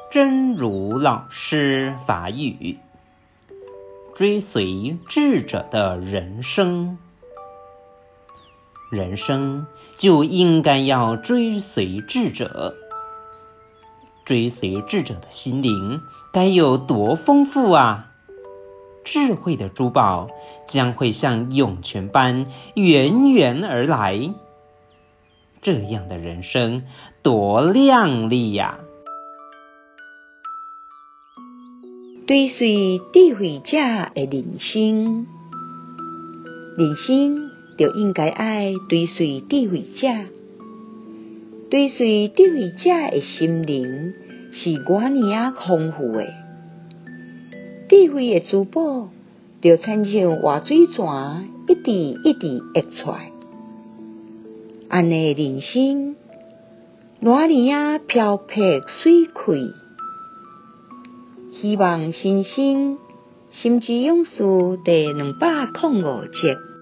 真如老师法语，追随智者的人生。人生就应该要追随智者，追随智者的心灵该有多丰富啊！智慧的珠宝将会像涌泉般源源而来，这样的人生多亮丽呀！ 追随智慧者的人生，人生就应该爱追随智慧者。追随智慧者的心灵是偌尼丰富的，智慧的珠宝就亲像活水泉，一直一直溢出来。安尼的人生偌尼飘撇水开。希望新生心之勇士第205集。